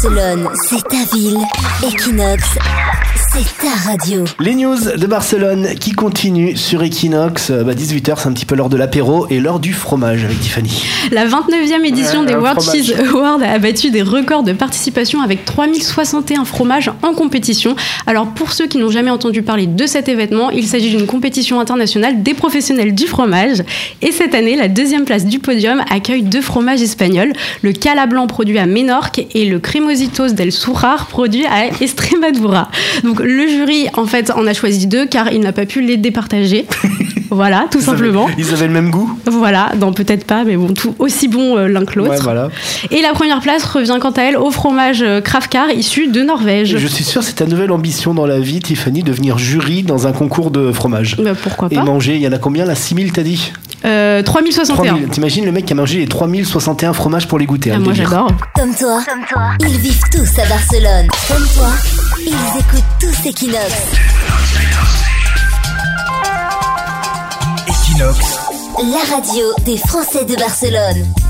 Barcelone, c'est ta ville. Equinox, c'est ta radio. Les news de Barcelone qui continuent sur Equinox. 18h, c'est un petit peu l'heure de l'apéro et l'heure du fromage avec Tiffany. La 29e édition des World Cheese Awards a battu des records de participation avec 3061 fromages en compétition. Alors pour ceux qui n'ont jamais entendu parler de cet événement, il s'agit d'une compétition internationale des professionnels du fromage. Et cette année, la deuxième place du podium accueille 2 fromages espagnols, le Cala Blanc produit à Menorque et le Cremositos del Surrar produit à Extremadura. Donc le jury en fait en a choisi 2 car il n'a pas pu les départager. Voilà, tout simplement. Ils avaient le même goût ? Voilà, non peut-être pas, mais bon, tout aussi bon l'un que l'autre. Ouais, voilà. Et la première place revient quant à elle au fromage Krafkar issu de Norvège. Je suis sûr que c'est ta nouvelle ambition dans la vie, Tiffany, devenir jury dans un concours de fromage. Pourquoi pas. Et manger, il y en a combien là ? 6000 t'as dit ? 3061. 3000. T'imagines le mec qui a mangé les 3061 fromages pour les goûter. Moi j'adore. Comme toi, ils vivent tous à Barcelone. Comme toi, ils écoutent tous Equinox. Equinox, La radio des Français de Barcelone.